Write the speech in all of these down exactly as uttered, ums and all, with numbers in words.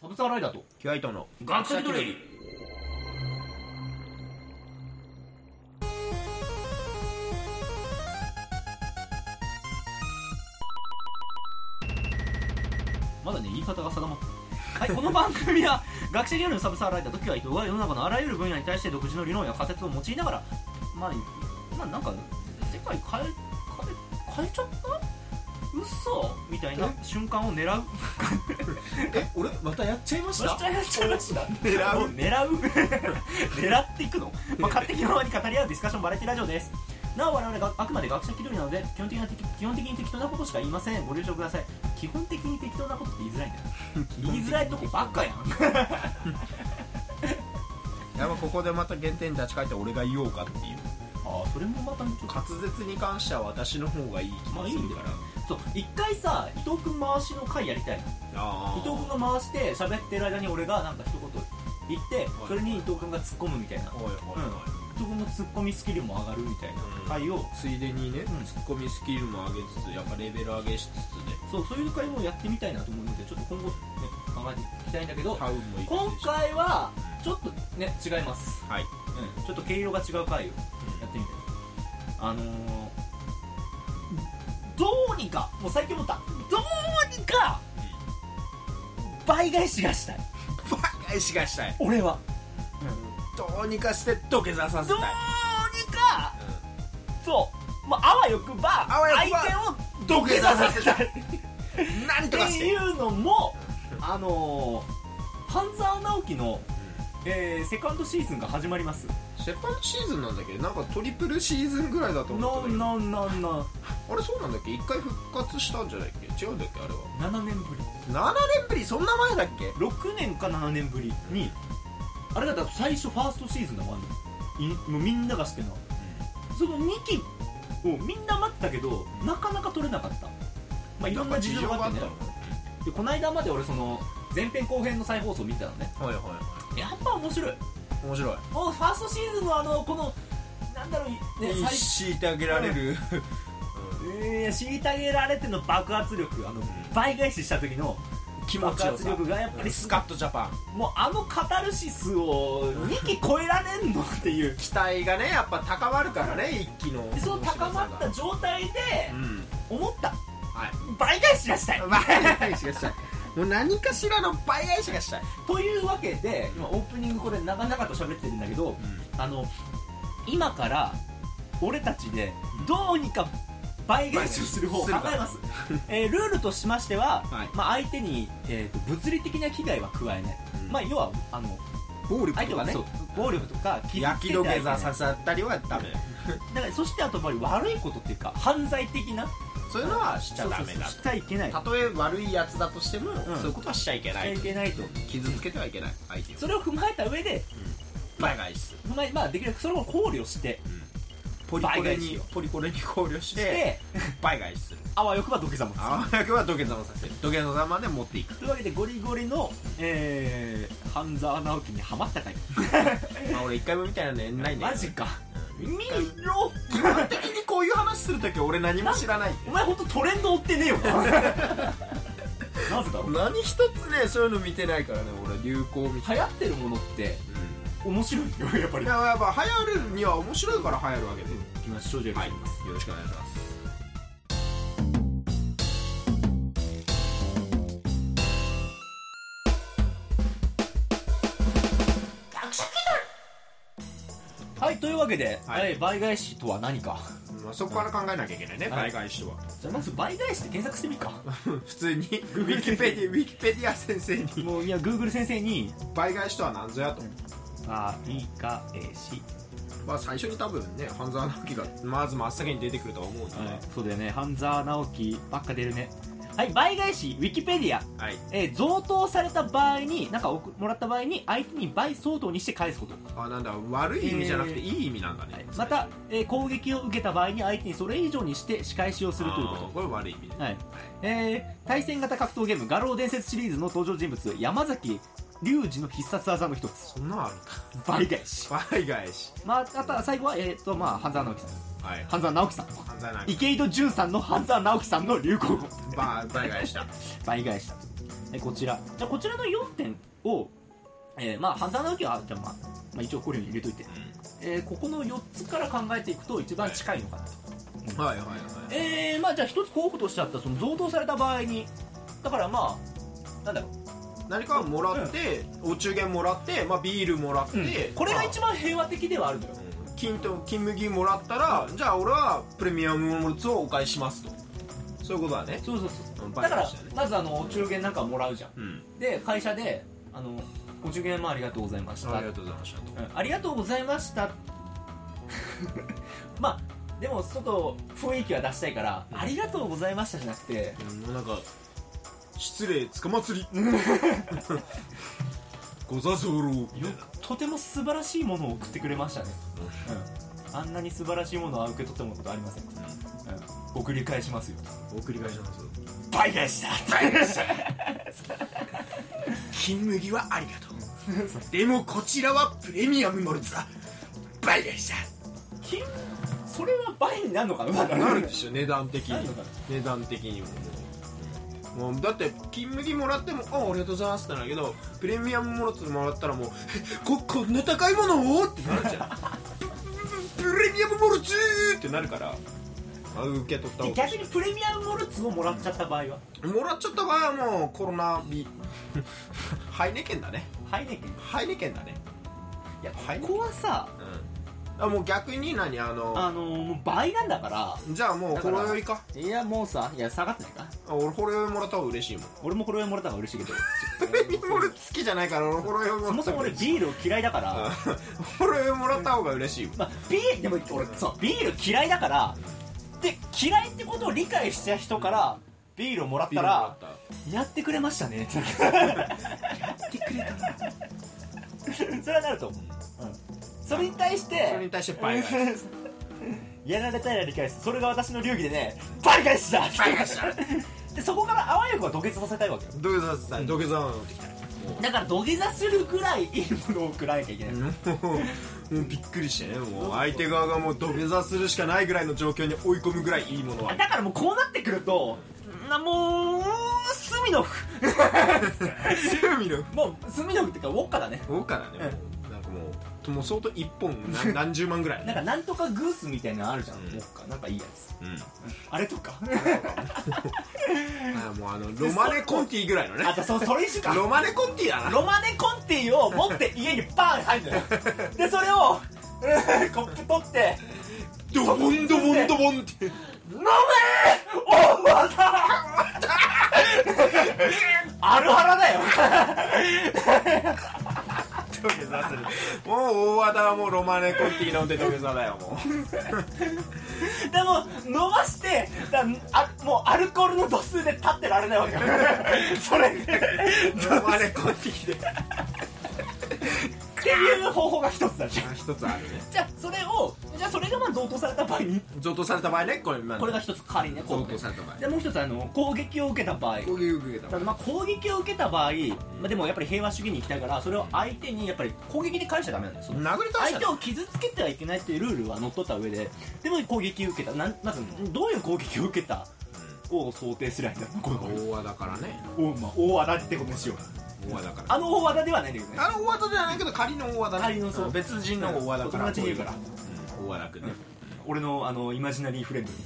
サブサーライダーとキュアイトの学者気取り。まだね、言い方が定まってはい、この番組は学者気取りのサブサーライダーとキュアイトが世の中のあらゆる分野に対して独自の理論や仮説を用いながら、まあ、まあ、なんか世界変え変え変えちゃった嘘みたいな瞬間を狙うえ、俺またやっちゃいました。 またやっちゃいました狙う狙う狙っていくの、まあ、勝手気ままに語り合うディスカッションバラエティラジオです。なお我々があくまで学者気取りなので基本的な基本的に適当なことしか言いません。ご了承ください。基本的に適当なことって言いづらいんだよ言いづらいとこばっかやんやっぱここでまた原点に立ち返って俺が言おうかっていう。 ああ、それもまたちょっと滑舌に関しては私の方がいい気がするから、 そう、一回さ伊藤君回しの回やりたいの。 あ伊藤君が回して喋ってる間に俺がなんか一言言ってそれに伊藤君が突っ込むみたいな、 はいはいはい、 伊藤君の突っ込みスキルも上がるみたいな回を、 ついでにね、 んツッコミスキルも上げつつやっぱレベル上げしつつで、 そうそういう回もやってみたいなと思うのでちょっと今後、ね、考えていきたいんだけど、 タウンもいくつでしょ。 今回はちょっとね違います、 はい、 うん、ちょっと毛色が違う回をやってみたい。あのー、どうにかもう最近思った、どうにか倍返しがしたい。 倍返しがしたい。 俺は、 どうにかして土下座させたい。 どうにか、うん、そう、まあ、あわよくばあわよくば相手を土下座させたい何とかしてっていうのも、あのー、半沢直樹の、えー、セカンドシーズンが始まります。 セカンドシーズンなんだっけ、なんかトリプルシーズンぐらいだと思ってたけど、 なんなんなんなんあれそうなんだっけ、一回復活したんじゃないっけ、違うんだっけあれは。 ななねんぶり、 ななねんぶり、そんな前だっけ。 ろくねんかななねんぶりに、あれだったら最初ファーストシーズンだもん、あんのいもうみんなが知ってるのは、そのにきをみんな待ってたけどなかなか取れなかった。まあいろんな事情があってね。でこの間まで俺その前編後編の再放送見てたのね。 はいはいはい。 やっぱ面白い。 面白い。 もうファーストシーズンのあのこのなんだろうね、 最虐げられる、 うん、いや虐げられての爆発力、あの、うん、倍返しした時の気持ちよさ、 爆発力がやっぱりスカットジャパン、もうあのカタルシスをにき超えられんのっていう期待がねやっぱ高まるからね、一気の。 その高まった状態で思った、うん、 はい、 倍返しがしたい倍返しがしたいもう何かしらの倍返しがしたいというわけで、今オープニングこれ長々と喋ってるんだけど、うん、あの今から俺たちでどうにか倍返しをする方を考えます、えー、ルールとしましては、はい、まあ、相手に、えー、と物理的な危害は加えない、うん、まあ、要はあの暴力とかね、 暴力とか焼き土下座させたりはダメだからそしてあと悪いことっていうか犯罪的なそういうのはしちゃダメだ。 そうそうそう、しちゃいけない。 たとえ悪いやつだとしても、うん、そういうことはしちゃいけない。 しちゃいけないと。 傷つけてはいけない。相手を。 それを踏まえた上で、 うん、倍返しする。 まあ、まあ、できるだけそれを考慮して、うん、 ポリコレにポリコレに考慮して倍返しする。 あわよくば土下座もさせる。 あわよくば土下座もさせる。土下座まで持っていく。 というわけでゴリゴリの、えー、半沢直樹にハマった回。 まあ俺一回も見たいなのないね。 マジか。見ろ。 基本的にこういう話するとき俺何も知らない。 お前ほんとトレンド追ってねえよな。なぜだろう。 何一つねそういうの見てないからね。俺流行みたいな。流行ってるものって、うん、面白いよやっぱり。 いややっぱ流行るには面白いから流行るわけで。 いきましょう。じゃあやります。 よろしくお願いします。 はい、というわけで、はい、倍返しとは何か、 まあ、そこから考えなきゃいけないね、はい、倍返しとは。 じゃあまず倍返しって検索してみるか普通にウィキペディウィキペディア先生にもういや Google 先生に倍返しとは何ぞやと。 倍返し、 まあ最初に多分ね半沢直樹がまず真っ先に出てくるとは思うので、 はい、そうだよね、半沢直樹ばっか出るね。はい、倍返しウィキペディア、はい、えー、贈答された場合に何かもらった場合に相手に倍相当にして返すこと。 あ、なんだ、悪い意味じゃなくていい意味なんだね、 えーはい、また、えー、攻撃を受けた場合に相手にそれ以上にして仕返しをするということ。 これ悪い意味ね、 はい、えー、対戦型格闘ゲーム画廊伝説シリーズの登場人物山崎龍二の必殺技の一つ。 そんなのあるか。倍返し倍返し、 まあ、あとは最後は、えーとまあ、半沢直樹さん、はい、半沢直樹さん池井戸潤さんの半沢直樹さんの流行語倍返した倍返した。 えこちらじゃあこちらのよんてんを、えー、まあ半沢直樹はじゃあ、まあ、まあ一応これに入れといて、うんえー、ここのよっつから考えていくと一番近いのかなと、うん、はいはいはい、えー、まあじゃあ一つ候補としてあったその贈答された場合にだからまあなんだろう何かもらって、うん、お中元もらって、まあ、ビールもらって、うん、 これが一番平和的ではあるのよ、 うん、金と金麦もらったら、うん、じゃあ俺はプレミアムモルツをお返ししますとそういうことだねそうそうそう、うん、だからまずあのお中元なんかもらうじゃん、うん、で会社であのお中元もありがとうございましたありがとうございました、 うん、ありがとうございましたまあでもちょっと雰囲気は出したいから、うん、ありがとうございましたじゃなくて、 うん、なんか失礼つかまつりござそうろうとても素晴らしいものを送ってくれましたね、うん、あんなに素晴らしいものは受け取ってもらったことありません、うんうん、送り返しますよ送り返します倍返しだ倍返しだ金麦はありがとうでもこちらはプレミアムモルツだ倍返しだ金それは倍になるのかななるでしょ値段的に値段的にももうだって金麦もらってもあありがとうございますってなるけどプレミアムモルツもらったらもうここんな高いものをってなっちゃうプレミアムモルツってなるからあ受け取った方が逆にプレミアムモルツをもらっちゃった場合はもらっちゃった場合はもうコロナビハイネケンだねハイネケンハイネケンだねいやここはさ、 うん、あもう逆に何あのあのー、もう倍なんだからじゃあもうほろ酔いかいやもうさいや下がってないかあ俺ほろ酔いもらった方が嬉しいもん俺もほろ酔いもらった方が嬉しいけどプレミアムモルツ好きじゃないから俺ほろ酔いもらったそもそも俺ビール嫌いだからほろ酔いもらった方が嬉しいもん、 まあ、ビールでも俺そうビール嫌いだからで嫌いってことを理解した人からビールをもらったらやってくれましたねやってくれたなそれはなると思う、うん、それに対してそれに対して倍返しやられたら理解するそれが私の流儀でね倍返しだ倍返しだでそこからあわよくは土下座させたいわけよ土下座させたい土下座を持ってきただから土下座するぐらいいいものを送らなきゃいけないもうびっくりしてねもう相手側がもう土下座するしかないぐらいの状況に追い込むぐらいいいものはだからもうこうなってくるとなもうスミノフスミノフもうスミノフっていうかウォッカだねウォッカだね、うん、なんかもうもう相当いっぽん何, 何十万ぐらいなんかなんとかグースみたいなのあるじゃん、うん、ウォッカなんかいいやつ、うん、あれとかあもうあのロマネコンティぐらいのねあと そ, それ以上かロマネコンティだなロマネコンティを持って家にバーン入るのよでそれをコップ取ってドボンドボンドボンって飲めーおーまたアルハラだよ土下座するもう大和田はもうロマネコンティ飲んで土下座だよもうでも飲ましてだあもうアルコールの度数で立ってられないわけよそれロマネコンティでっていう方法が一つだじゃん一つあるねじゃあそれをじゃあそれがまあ贈答された場合に贈答された場合ねこれ、まあ、 これが一つ仮にね贈答された場合でもう一つあの攻撃を受けた場合攻撃を受けた場合まあ攻撃を受けた場合、まあ、でもやっぱり平和主義に行きたいからそれを相手にやっぱり攻撃で返しちゃダメなんだよその殴り返し相手を傷つけてはいけないっていうルールは乗っ取った上ででも攻撃を受けたなんまずどういう攻撃を受けたを想定すりゃいいんだこの大和田からね大,、まあ、大和田ってことにしよう大和田からあの大和田ではないんだけどねあの大和田ではないけど仮の大和田ね仮のそう別人の大和田から友達にいるから、 うん、大和田君ね、うん、 俺のあのイマジナリーフレンドに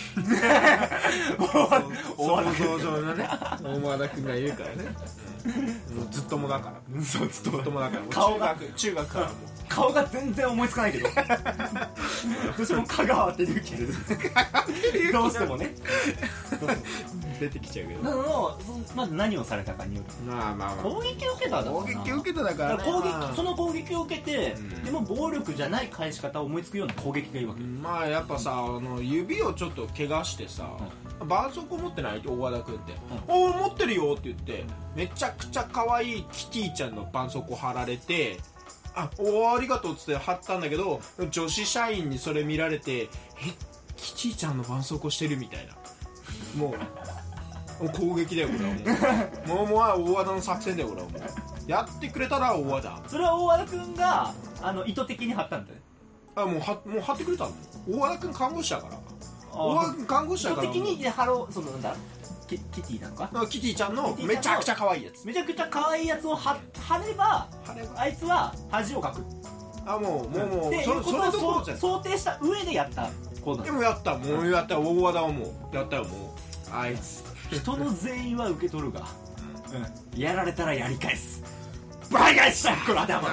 想像上のね大和田君がいるからね、うん、もうずっともだからそうずっともだから顔が中学からもう顔が全然思いつかないけどどうしても香川照之でどうしてもね出てきちゃうけどのまず何をされたかによるまあまあ、まあ、 攻撃を受けただ攻撃を受けただから、ね、 攻撃その攻撃を受けて、うん、でも暴力じゃない返し方を思いつくような攻撃がいいわけ、 まあやっぱさあの指をちょっと怪我してさ、うん、絆創膏持ってない大和田君って、うん、おお持ってるよって言ってめちゃくちゃ可愛いキティちゃんの絆創膏貼られてあおありがとうっつって貼ったんだけど女子社員にそれ見られてえキティちゃんの絆創膏してるみたいなもう攻撃だよこれはもうもうもう大和田の作戦だよこれはもうやってくれたら大和田それは大和田君があの意図的に貼ったんだねあもうはもう貼ってくれたの大和田君看護師だから大和田君看護師だから意図的に貼ろうそのなんだキキティなのかキティちゃんのめちゃくちゃ可愛いやつめちゃくちゃ可愛いやつを貼ればあいつは恥をかくあもうもうもうっていうことを想定した上でやったコードでもやったもうやった大和田はもうやったよもうあいつ人の善意は受け取るが、うん、やられたらやり返す倍返しだこれ頭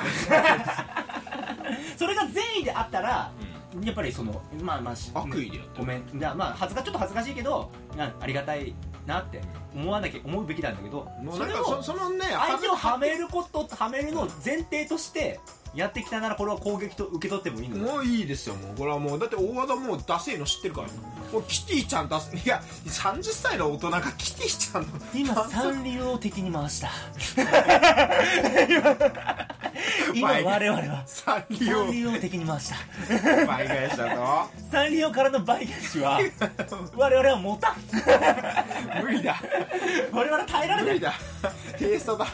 それが善意であったら、うん、やっぱりそのまあまあ悪意でやったごめんじゃあまあ恥ずかちょっと恥ずかしいけどありがたいなって思わなきゃ思うべきなんだけどもうなんかそそのね相手をはめることはめるのを前提としてやってきたならこれは攻撃と受け取ってもいいのもういいですよもうこれはもうだって大和田もうダセーの知ってるからもうキティちゃん出すいやさんじゅっさいの大人がキティちゃんの今サンリオを敵に回した今我々はサンリオサンリオを敵に回した倍返しだとサンリオからの倍返しは我々は持たん無理だ我々は耐えられない無理だテイストだ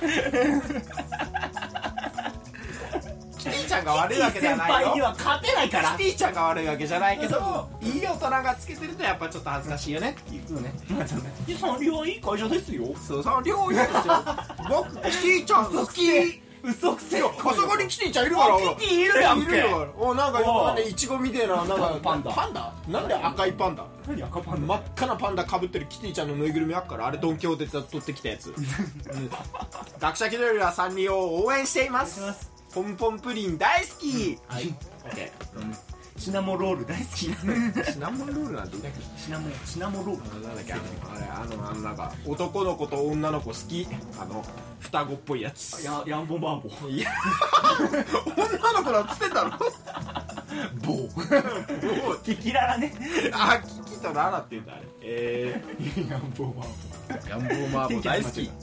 キティちゃんが悪いわけじゃないよ先輩には勝てないからキティちゃんが悪いわけじゃないけどいい大人がつけてるとやっぱちょっと恥ずかしいよねっていうねいやサンリオはいい会社ですよそうサンリオいいですよ僕キティちゃん好き嘘くせえあそこにキティちゃんいるからキティいるやんけいるよおなんか今ねいちごみてえななんかパンダパンダなんで赤いパンダ何赤パンダ真っ赤なパンダかぶってるキティちゃんのぬいぐるみあっからあれドンキョーテで取ってきたやつ、うん、学者気取りはサンリオを応援していますポンポンプリン大好きはい OK シナモロール大好きシナモンロールなんていないシナモシナモロールなんだっけあれあのあのなんか男の子と女の子好きあの双子っぽいやつやヤンボバーボいや女の子だっつってたろボーキキララねあキキとララって言うんだあれえーヤンボバーボヤンボーマーボ大好きはい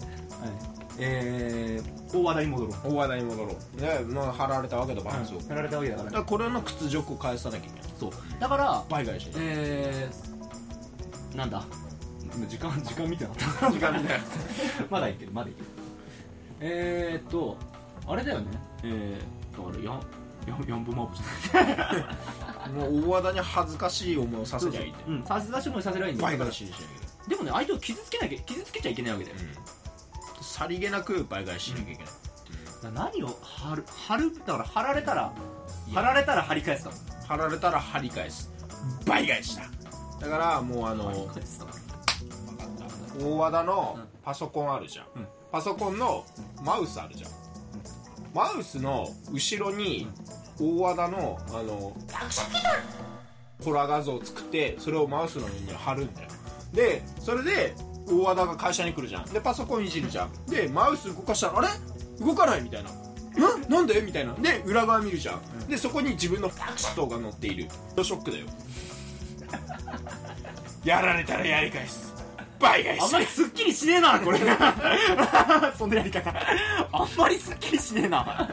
えー、大和田に戻ろう大和田に戻ろうねもう貼られたわけだバランスを貼られたわけだからだからこれの屈辱を返さなきゃいけないそうだから倍返しえー、なんだ時間時間見てなかった時間見てなかまだいけるまだいけるえーっとあれだよねえー、だからヤンヤンヤンボマーボじゃないもう大和田に恥ずかしい思いをさせりゃいいんだようん恥ずかしい思いさせりゃいいんだよ倍返しにしなきゃいけないでもね相手を傷つけなきゃ傷つけちゃいけないわけだよ、 うんさりげなく倍返ししなきゃいけない、 うん、何を貼る貼るだから貼られたら貼られたら貼り返すか貼られたら貼り返す倍返しだだからもうあの大和田のパソコンあるじゃん、うん、パソコンのマウスあるじゃん、うん、マウスの後ろに大和田のあのホラー画像を作ってそれをマウスの上に貼るんだよでそれで大和田が会社に来るじゃんでパソコンいじるじゃんでマウス動かしたらあれ動かないみたいなえなんでみたいなで裏側見るじゃん、うん、でそこに自分のファクストが載っているショックだよやられたらやり返す倍返しあんまりスッキリしねえなこれそんなやり方あんまりスッキリしねえな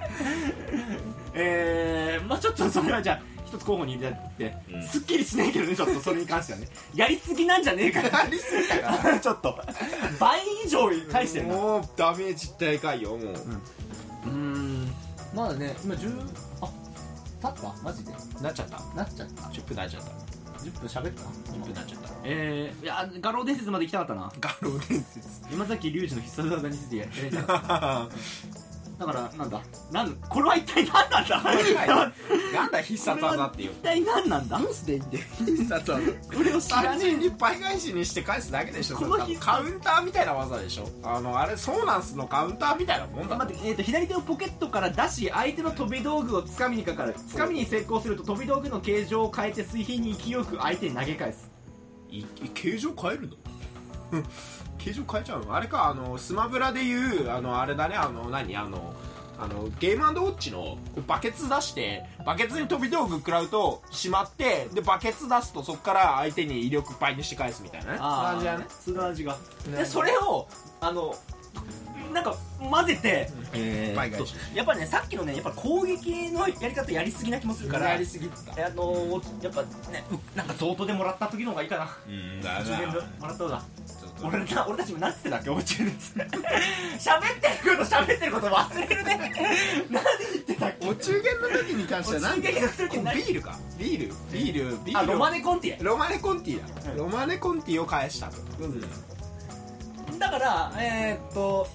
えー、まあちょっとそれはじゃあ一つ候補に入れて、うん、すっきりしないけどねちょっとそれに関してはねやりすぎなんじゃねえかやりすぎたかちょっと倍以上返してるもうダメージ大かいよもううん、うんまだね今じゅうあ経ったマジでなっちゃったなっちゃったじゅっぷんなっちゃったじゅっぷん喋ったじゅっぷんなっちゃったえー、いや画廊伝説まで行きたかったな画廊伝説山崎隆二の必殺技についてやってないからだからなんだなんこれは一体何なんだなんだ必殺技っていう一体何なんだどうしていいんだよ必殺技これを単純に倍返しにして返すだけでしょこのカウンターみたいな技でしょあのあれソーナンスのカウンターみたいなもんだ待って、えー、と左手をポケットから出し相手の飛び道具をつかみにかかるつかみに成功すると飛び道具の形状を変えて水平に勢いよく相手に投げ返すい形状変えるの形状変えちゃうのあれかあのスマブラでいうあのあれだねあの何あのあのゲーム&ウォッチのバケツ出してバケツに飛び道具食らうとしまってでバケツ出すとそこから相手に威力倍にして返すみたいなね感じだねその味がでそれをあのなんか混ぜて、えー、やっぱりねさっきのねやっぱ攻撃のやり方やりすぎな気もするからやりすぎたあのやっぱねなんか贈答でもらった時の方がいいかなうんだじゅうえんでもらった方が俺, な俺たちも何つってたっけお中です喋ってること喋ってること忘れるね何言ってたっお中元の時に関しては何お中元の時に何ビールかビールビールビールあロマネコンティロマネコンティだ、 うんロマネコンティを返したと、 アだからえー、っと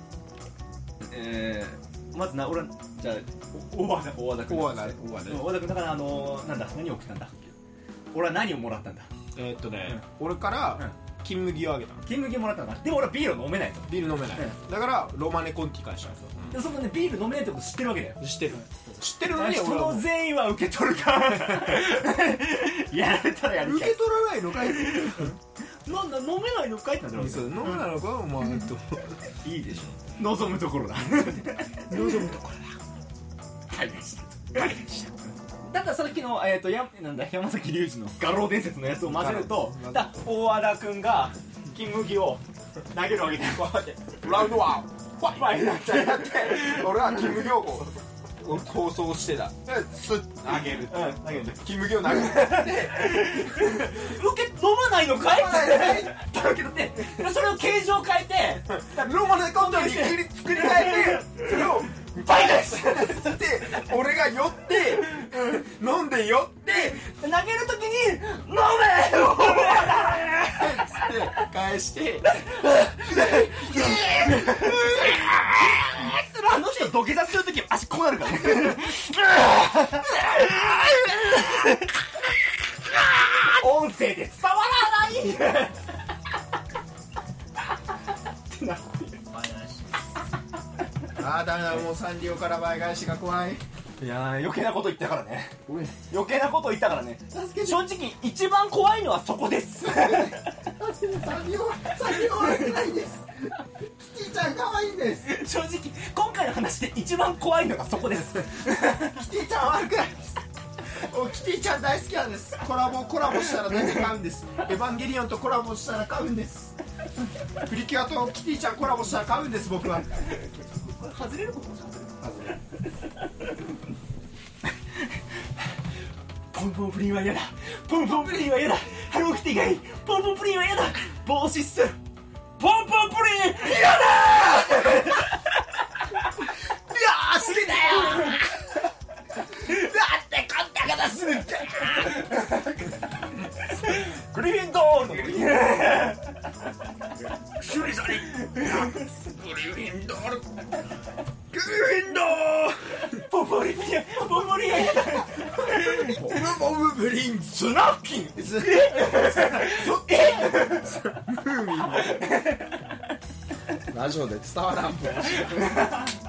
えー、まずな俺はじゃあ大和田大和田君大和田大和田大和田君だからあのー、なんだ何を送ったんだ俺は何をもらったんだえー、っとね、うん、俺から金麦をあげたの。 金麦をもらったのか。でも俺はビールを飲めないと。 ビール飲めない、うん、だからロマネコンティ返したんですよ、 うん、でそのねビール飲めないってこと知ってるわけだよ。 知ってる、知ってるのに人の善意は受け取るかやられたらやる受け取らないのかいなんだ飲めないのかいってなるわけ。 そう飲めないのかお前といいでしょ望むところだ望むところだ大変した大変しただからさっきの、えー、とやなんだ山崎隆二の画廊伝説のやつを混ぜるとだ大和田君が金麦を投げるわけだよ。 ラウンドワンファイファイなっちゃって俺は金麦をこう逃走してたスッ投げる、うん、投げる金麦を投げる受け飲まないのかいだけどねそれを形状変えてロマネコントに作り変えてそれをバイバイって俺が酔って、うん、飲んで酔って投げるときに飲めよつって返してあの人土下座するとき足こうなるからね音声で伝わらないってなってる。 あーダメだもうサンリオから倍返しが怖い。 いやー余計なこと言ったからね余計なこと言ったからね正直一番怖いのはそこですサンリオサンリオ悪くないんですキティちゃん可愛いんです正直今回の話で一番怖いのがそこですキティちゃん悪くないですおキティちゃん大好きなんです。コラボコラボしたら大体買うんです。エヴァンゲリオンとコラボしたら買うんです。プリキュアとキティちゃんコラボしたら買うんです僕は。 これ外れることも外れるポンポンプリンは嫌だポンポンプリンは嫌だハローキティがいいポンポンプリンは嫌だ防止するポンポンプリン嫌だーいやー好きだよだってこんなことするってグリフィンドールの時シュリソリグリフィンドールグリフィンドールポポリピアポポリアポムポムプリンスナフキンスムーミンラジオで伝わらん